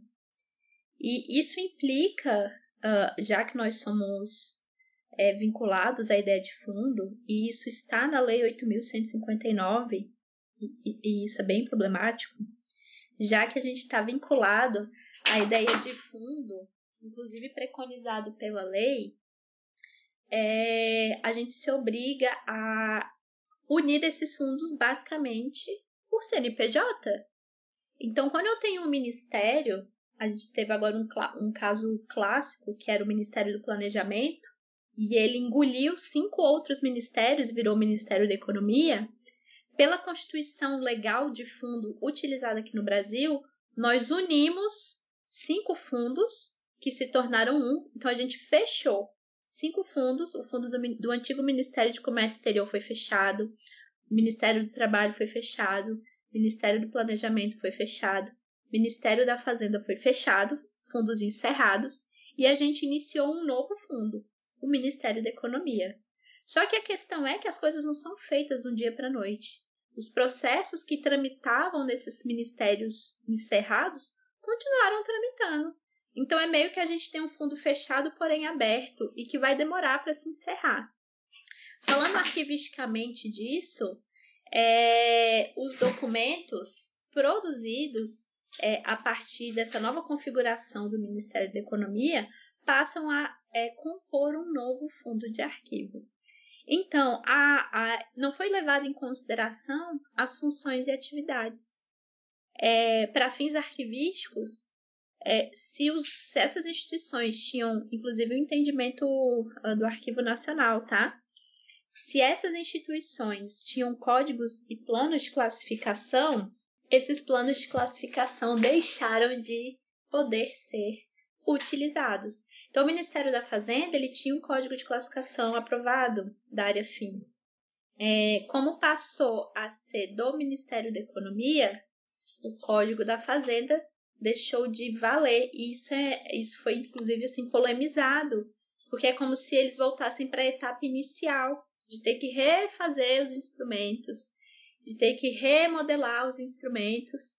E isso implica, uh, já que nós somos é, vinculados à ideia de fundo, e isso está na Lei oito mil cento e cinquenta e nove, E, e isso é bem problemático, já que a gente está vinculado à ideia de fundo, inclusive preconizado pela lei, é, a gente se obriga a unir esses fundos basicamente por C N P J. Então, quando eu tenho um ministério, a gente teve agora um, um caso clássico, que era o Ministério do Planejamento, e ele engoliu cinco outros ministérios, virou o Ministério da Economia. Pela Constituição Legal de Fundo utilizada aqui no Brasil, nós unimos cinco fundos que se tornaram um. Então, a gente fechou cinco fundos. O fundo do, do antigo Ministério de Comércio Exterior foi fechado, o Ministério do Trabalho foi fechado, o Ministério do Planejamento foi fechado, o Ministério da Fazenda foi fechado, fundos encerrados, e a gente iniciou um novo fundo, o Ministério da Economia. Só que a questão é que as coisas não são feitas de um dia para a noite. Os processos que tramitavam nesses ministérios encerrados continuaram tramitando. Então, é meio que a gente tem um fundo fechado, porém aberto, e que vai demorar para se encerrar. Falando arquivisticamente disso, é, os documentos produzidos é, a partir dessa nova configuração do Ministério da Economia passam a é, compor um novo fundo de arquivo. Então, a, a, não foi levado em consideração as funções e atividades. É, para fins arquivísticos, é, se, os, se essas instituições tinham, inclusive, o entendimento uh, do Arquivo Nacional, tá? Se essas instituições tinham códigos e planos de classificação, esses planos de classificação deixaram de poder ser utilizados. Então, o Ministério da Fazenda ele tinha um código de classificação aprovado da área fim. É, como passou a ser do Ministério da Economia, o Código da Fazenda deixou de valer. E isso, é, isso foi, inclusive, assim, polemizado, porque é como se eles voltassem para a etapa inicial, de ter que refazer os instrumentos, de ter que remodelar os instrumentos,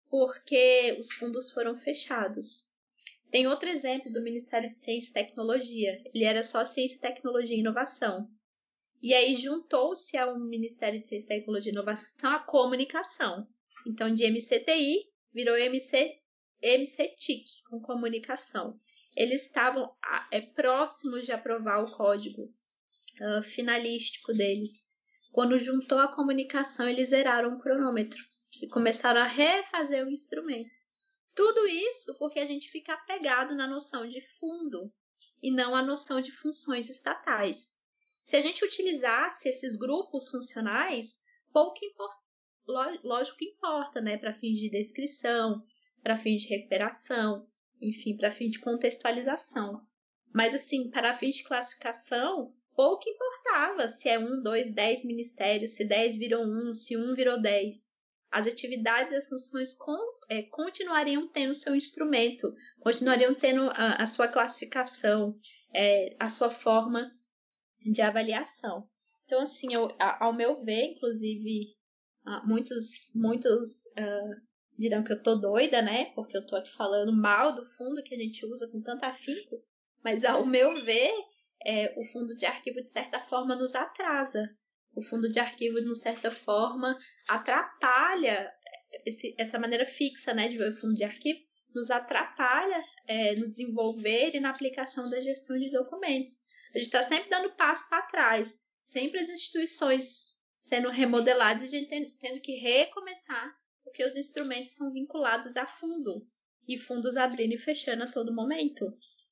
porque os fundos foram fechados. Tem outro exemplo do Ministério de Ciência e Tecnologia. Ele era só Ciência, Tecnologia e Inovação. E aí juntou-se ao Ministério de Ciência, Tecnologia e Inovação a comunicação. Então, de M C T I, virou M C, M C T I C, com comunicação. Eles estavam é, próximos de aprovar o código uh, finalístico deles. Quando juntou a comunicação, eles zeraram o cronômetro e começaram a refazer o instrumento. Tudo isso porque a gente fica apegado na noção de fundo e não a noção de funções estatais. Se a gente utilizasse esses grupos funcionais, pouco importa, lógico que importa, né? Para fins de descrição, para fins de recuperação, enfim, para fins de contextualização. Mas, assim, para fins de classificação, pouco importava se é um, dois, dez ministérios, se dez virou um, se um virou dez. As atividades e as funções com, é, continuariam tendo seu instrumento, continuariam tendo a, a sua classificação, é, a sua forma de avaliação. Então, assim, eu, a, ao meu ver, inclusive, uh, muitos, muitos uh, dirão que eu tô doida, né? Porque eu tô aqui falando mal do fundo que a gente usa com tanto afinco, mas ao meu ver, é, o fundo de arquivo, de certa forma, nos atrasa. O fundo de arquivo, de certa forma, atrapalha esse, essa maneira fixa, né, de ver o fundo de arquivo, nos atrapalha é, no desenvolver e na aplicação da gestão de documentos. A gente está sempre dando passo para trás, sempre as instituições sendo remodeladas e a gente tendo que recomeçar, porque os instrumentos são vinculados a fundo, e fundos abrindo e fechando a todo momento.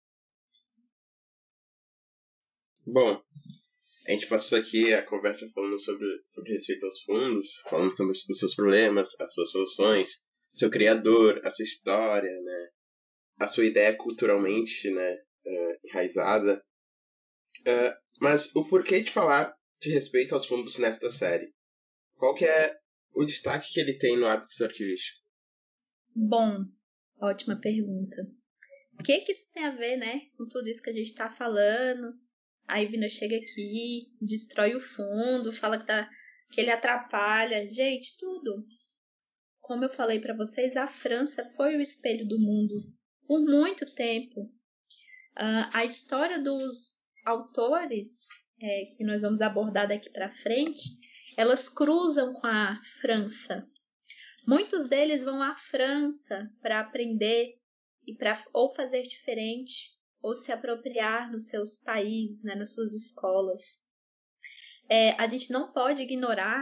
Bom, a gente passou aqui a conversa falando sobre, sobre respeito aos fundos, falando também sobre os seus problemas, as suas soluções, seu criador, a sua história, né, a sua ideia culturalmente, né, uh, enraizada. Uh, mas o porquê de falar de respeito aos fundos nesta série? Qual que é o destaque que ele tem no hábitos arquivístico? Bom, ótima pergunta. O que que isso tem a ver, né, com tudo isso que a gente está falando? A Ivina chega aqui, destrói o fundo, fala que, tá, que ele atrapalha. Gente, tudo. Como eu falei para vocês, a França foi o espelho do mundo por muito tempo. Uh, a história dos autores é, que nós vamos abordar daqui para frente, elas cruzam com a França. Muitos deles vão à França para aprender e para ou fazer diferente, ou se apropriar nos seus países, né, nas suas escolas. É, a gente não pode ignorar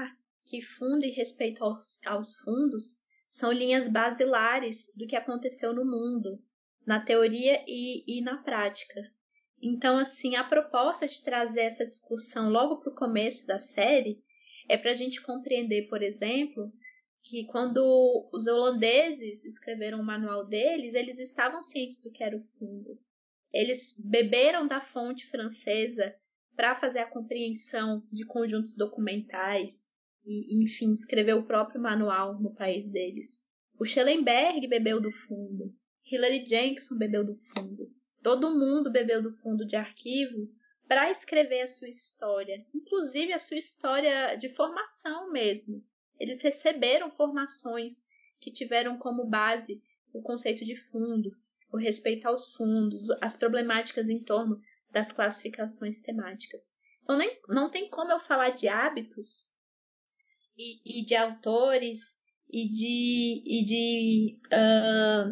que fundo e respeito aos, aos fundos são linhas basilares do que aconteceu no mundo, na teoria e, e na prática. Então, assim, a proposta de trazer essa discussão logo para o começo da série é para a gente compreender, por exemplo, que quando os holandeses escreveram o manual deles, eles estavam cientes do que era o fundo. Eles beberam da fonte francesa para fazer a compreensão de conjuntos documentais e, enfim, escrever o próprio manual no país deles. O Schellenberg bebeu do fundo, Hilary Jenkinson bebeu do fundo, todo mundo bebeu do fundo de arquivo para escrever a sua história, inclusive a sua história de formação mesmo. Eles receberam formações que tiveram como base o conceito de fundo, o respeito aos fundos, as problemáticas em torno das classificações temáticas. Então, nem, não tem como eu falar de hábitos e, e de autores e de, e de uh,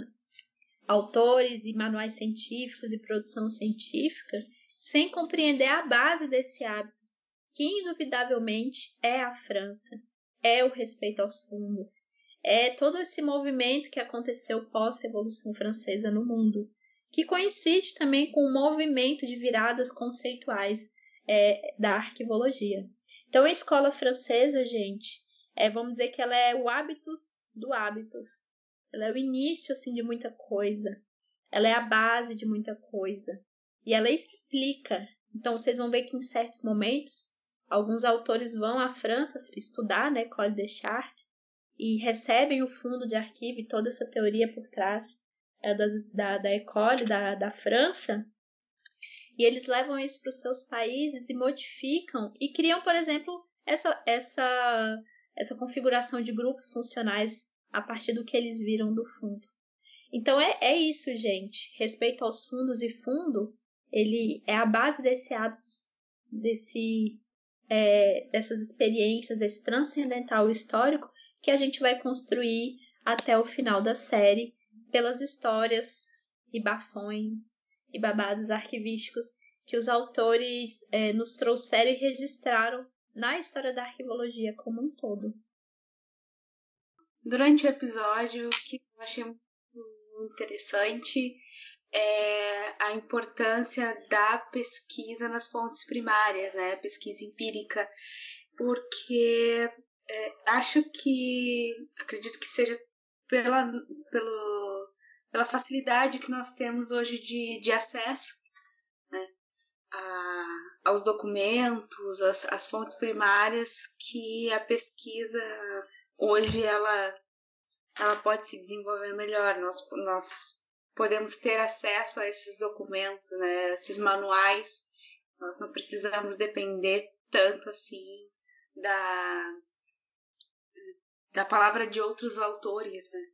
autores e manuais científicos e produção científica sem compreender a base desse hábito, que indubidavelmente é a França, é o respeito aos fundos, é todo esse movimento que aconteceu pós-Revolução Francesa no mundo, que coincide também com o movimento de viradas conceituais é, da arquivologia. Então, a escola francesa, gente, é, vamos dizer que ela é o hábitus do hábitus. Ela é o início assim, de muita coisa. Ela é a base de muita coisa. E ela explica. Então, vocês vão ver que em certos momentos, alguns autores vão à França estudar, né, École des Chartes, e recebem o fundo de arquivo e toda essa teoria por trás é, das, da, da École, da, da França, e eles levam isso para os seus países e modificam e criam, por exemplo, essa, essa, essa configuração de grupos funcionais a partir do que eles viram do fundo. Então é, é isso, gente. Respeito aos fundos e fundo, ele é a base desse hábito, desse, é, dessas experiências, desse transcendental histórico que a gente vai construir até o final da série pelas histórias e bafões e babados arquivísticos que os autores é, nos trouxeram e registraram na história da arquivologia como um todo. Durante o episódio, o que eu achei muito interessante é a importância da pesquisa nas fontes primárias, né? Pesquisa empírica, porque é, acho que, acredito que seja pela, pelo, pela facilidade que nós temos hoje de, de acesso, né, a, aos documentos, as, as fontes primárias, que a pesquisa hoje ela, ela pode se desenvolver melhor. Nós, nós podemos ter acesso a esses documentos, né, esses manuais. Nós não precisamos depender tanto assim da, da palavra de outros autores, né?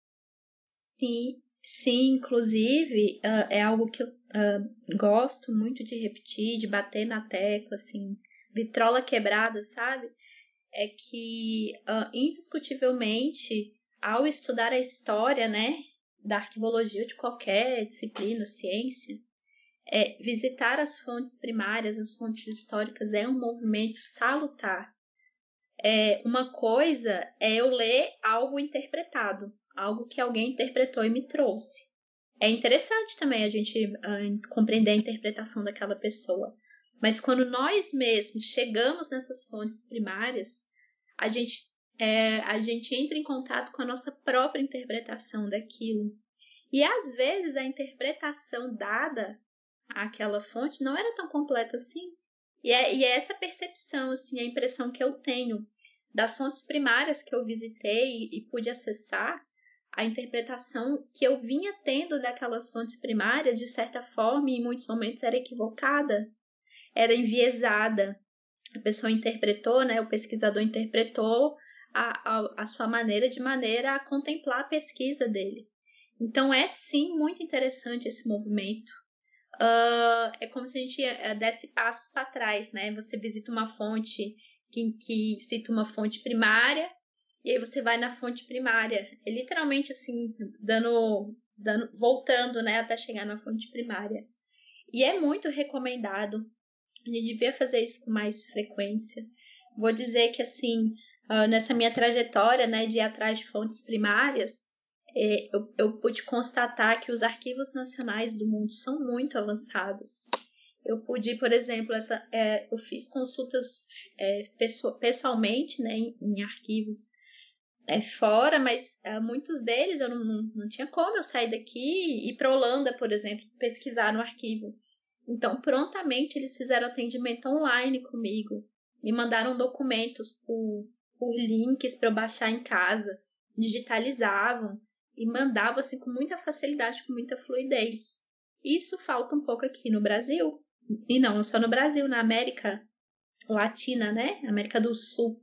Sim, sim, inclusive uh, é algo que eu uh, gosto muito de repetir, de bater na tecla, assim, vitrola quebrada, sabe? É que, uh, indiscutivelmente, ao estudar a história, né, da arquivologia de qualquer disciplina, ciência, é, visitar as fontes primárias, as fontes históricas, é um movimento salutar. É, uma coisa é eu ler algo interpretado, algo que alguém interpretou e me trouxe. É interessante também a gente uh, compreender a interpretação daquela pessoa. Mas quando nós mesmos chegamos nessas fontes primárias, a gente, é, a gente entra em contato com a nossa própria interpretação daquilo. E às vezes a interpretação dada àquela fonte não era tão completa assim. E é, e é essa percepção, assim, a impressão que eu tenho das fontes primárias que eu visitei e, e pude acessar, a interpretação que eu vinha tendo daquelas fontes primárias, de certa forma, e em muitos momentos era equivocada, era enviesada. A pessoa interpretou, né, o pesquisador interpretou a, a, a sua maneira de maneira a contemplar a pesquisa dele. Então é sim muito interessante esse movimento. Uh, é como se a gente uh, desse passos para trás, né? Você visita uma fonte que, que cita uma fonte primária, e aí você vai na fonte primária. É literalmente assim, dando, dando, voltando, né, até chegar na fonte primária. E é muito recomendado. A gente devia fazer isso com mais frequência. Vou dizer que, assim, uh, nessa minha trajetória, né, de ir atrás de fontes primárias, é, eu, eu pude constatar que os arquivos nacionais do mundo são muito avançados. Eu pude, por exemplo, essa, é, eu fiz consultas é, pessoal, pessoalmente, né, em, em arquivos é, fora, mas é, muitos deles eu não, não, não tinha como eu sair daqui e ir para a Holanda, por exemplo, pesquisar no arquivo. Então, prontamente, eles fizeram atendimento online comigo, me mandaram documentos por, por links para eu baixar em casa, digitalizavam e mandavam assim, com muita facilidade, com muita fluidez. Isso falta um pouco aqui no Brasil, e não só no Brasil, na América Latina, né? América do Sul.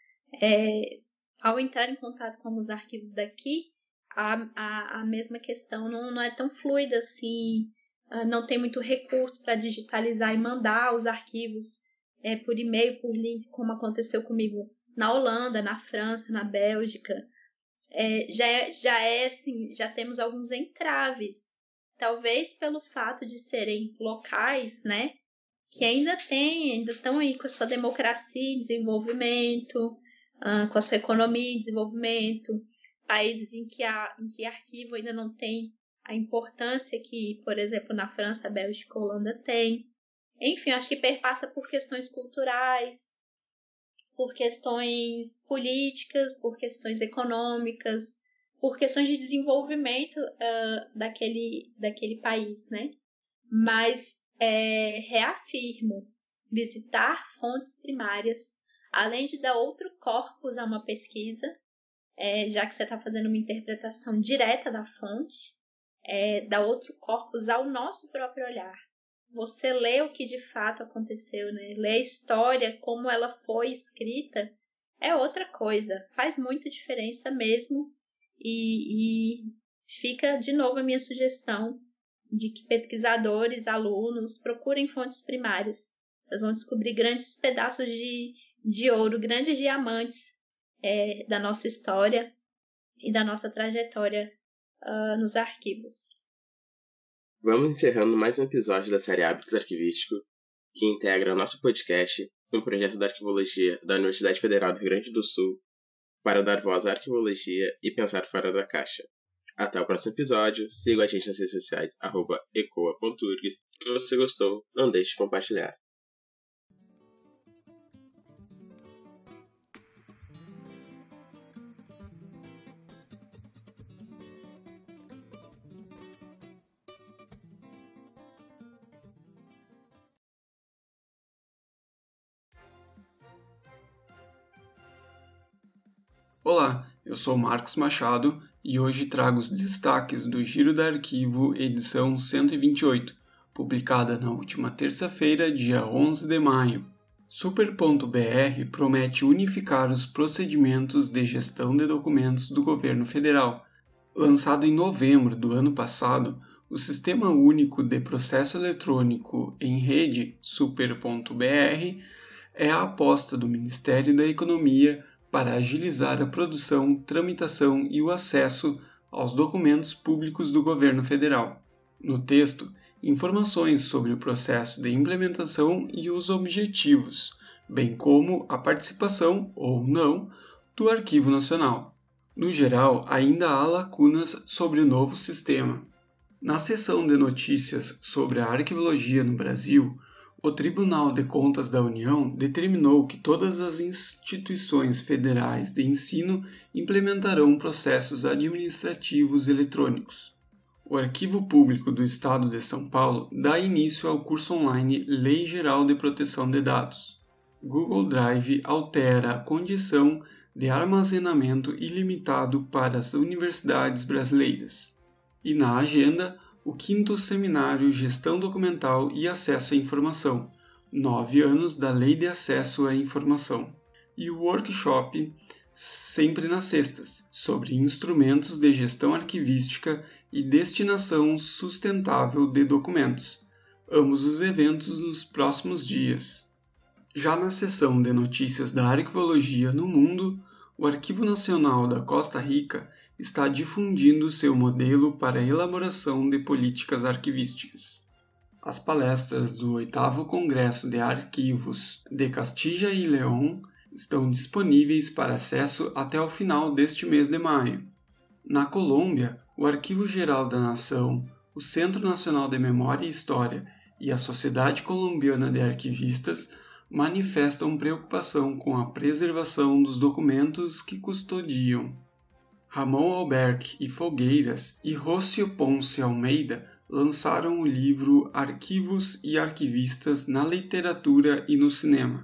É, ao entrar em contato com alguns arquivos daqui, a, a, a mesma questão não, não é tão fluida assim, não tem muito recurso para digitalizar e mandar os arquivos é, por e-mail, por link, como aconteceu comigo na Holanda, na França, na Bélgica. É, já, é, já é assim, já temos alguns entraves, talvez pelo fato de serem locais, né, que ainda tem, ainda estão aí com a sua democracia e desenvolvimento, uh, com a sua economia e desenvolvimento, países em que, a, em que arquivo ainda não tem a importância que, por exemplo, na França, Bélgica e Holanda tem. Enfim, acho que perpassa por questões culturais, por questões políticas, por questões econômicas, por questões de desenvolvimento uh, daquele, daquele país, né? Mas é, reafirmo, visitar fontes primárias, além de dar outro corpus a uma pesquisa, é, já que você está fazendo uma interpretação direta da fonte, é, dá outro corpus ao nosso próprio olhar. Você lê o que de fato aconteceu, né? Lê a história, como ela foi escrita, é outra coisa. Faz muita diferença mesmo. E, e fica, de novo, a minha sugestão de que pesquisadores, alunos, procurem fontes primárias. Vocês vão descobrir grandes pedaços de, de ouro, grandes diamantes é, da nossa história e da nossa trajetória uh, nos arquivos. Vamos encerrando mais um episódio da série Hábitos Arquivístico, que integra o nosso podcast, um projeto da arquivologia da Universidade Federal do Rio Grande do Sul, para dar voz à arquivologia e pensar fora da caixa. Até o próximo episódio, siga a gente nas redes sociais, arroba ecoa ponto urgs. Se você gostou, não deixe de compartilhar. Olá, eu sou Marcos Machado e hoje trago os destaques do Giro da Arquivo, edição cento e vinte e oito, publicada na última terça-feira, dia onze de maio. Super.br promete unificar os procedimentos de gestão de documentos do governo federal. Lançado em novembro do ano passado, o Sistema Único de Processo Eletrônico em Rede, Super.br, é a aposta do Ministério da Economia para agilizar a produção, tramitação e o acesso aos documentos públicos do governo federal. No texto, informações sobre o processo de implementação e os objetivos, bem como a participação, ou não, do Arquivo Nacional. No geral, ainda há lacunas sobre o novo sistema. Na seção de notícias sobre a arquivologia no Brasil, o Tribunal de Contas da União determinou que todas as instituições federais de ensino implementarão processos administrativos eletrônicos. O Arquivo Público do Estado de São Paulo dá início ao curso online Lei Geral de Proteção de Dados. Google Drive altera a condição de armazenamento ilimitado para as universidades brasileiras. E na agenda, o quinto Seminário Gestão Documental e Acesso à Informação, nove anos da Lei de Acesso à Informação, e o workshop Sempre nas Sextas, sobre instrumentos de gestão arquivística e destinação sustentável de documentos, ambos os eventos nos próximos dias. Já na seção de notícias da arquivologia no mundo, o Arquivo Nacional da Costa Rica está difundindo seu modelo para a elaboração de políticas arquivísticas. As palestras do oitavo Congresso de Arquivos de Castilla e León estão disponíveis para acesso até o final deste mês de maio. Na Colômbia, o Arquivo Geral da Nação, o Centro Nacional de Memória e História e a Sociedade Colombiana de Arquivistas manifestam preocupação com a preservação dos documentos que custodiam. Ramon Alberque e Folgueiras e Rócio Ponce Almeida lançaram o livro Arquivos e Arquivistas na Literatura e no Cinema.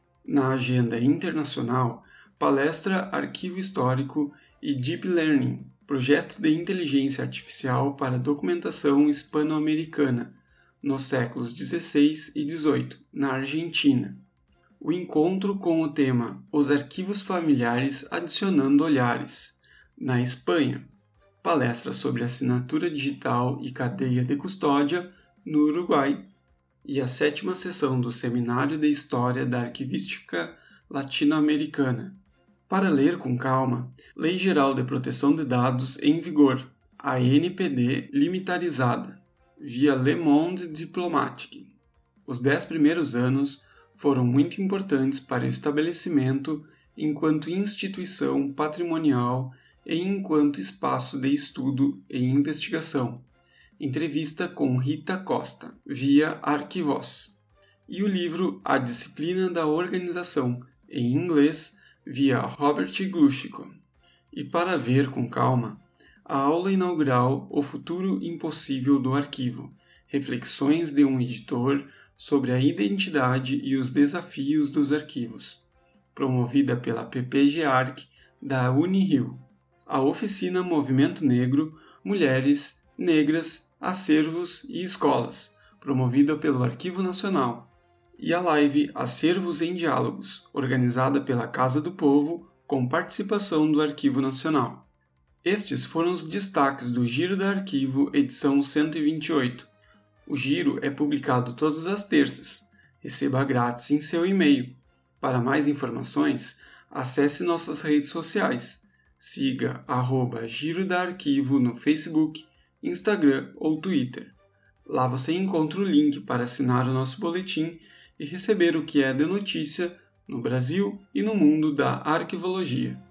Na agenda internacional, palestra Arquivo Histórico e Deep Learning, projeto de inteligência artificial para documentação hispano-americana, nos séculos dezesseis e dezoito, na Argentina. O encontro com o tema Os Arquivos Familiares Adicionando Olhares, na Espanha. Palestra sobre assinatura digital e cadeia de custódia, no Uruguai. E a sétima sessão do Seminário de História da Arquivística Latino-Americana. Para ler com calma, Lei Geral de Proteção de Dados em vigor, a N P D limitarizada, via Le Monde Diplomatique. Os dez primeiros anos foram muito importantes para o estabelecimento enquanto instituição patrimonial e enquanto espaço de estudo e investigação. Entrevista com Rita Costa, via Arquivos. E o livro A Disciplina da Organização, em inglês, via Robert Glushko. E para ver com calma, a aula inaugural O Futuro Impossível do Arquivo, reflexões de um editor sobre a identidade e os desafios dos arquivos, promovida pela P P G Arc da Unirio. A oficina Movimento Negro, Mulheres, Negras, Acervos e Escolas, promovida pelo Arquivo Nacional, e a live Acervos em Diálogos, organizada pela Casa do Povo, com participação do Arquivo Nacional. Estes foram os destaques do Giro da Arquivo, edição cento e vinte e oito. O Giro é publicado todas as terças. Receba grátis em seu e-mail. Para mais informações, acesse nossas redes sociais. Siga arroba Giro da Arquivo no Facebook, Instagram ou Twitter. Lá você encontra o link para assinar o nosso boletim e receber o que é de notícia no Brasil e no mundo da arquivologia.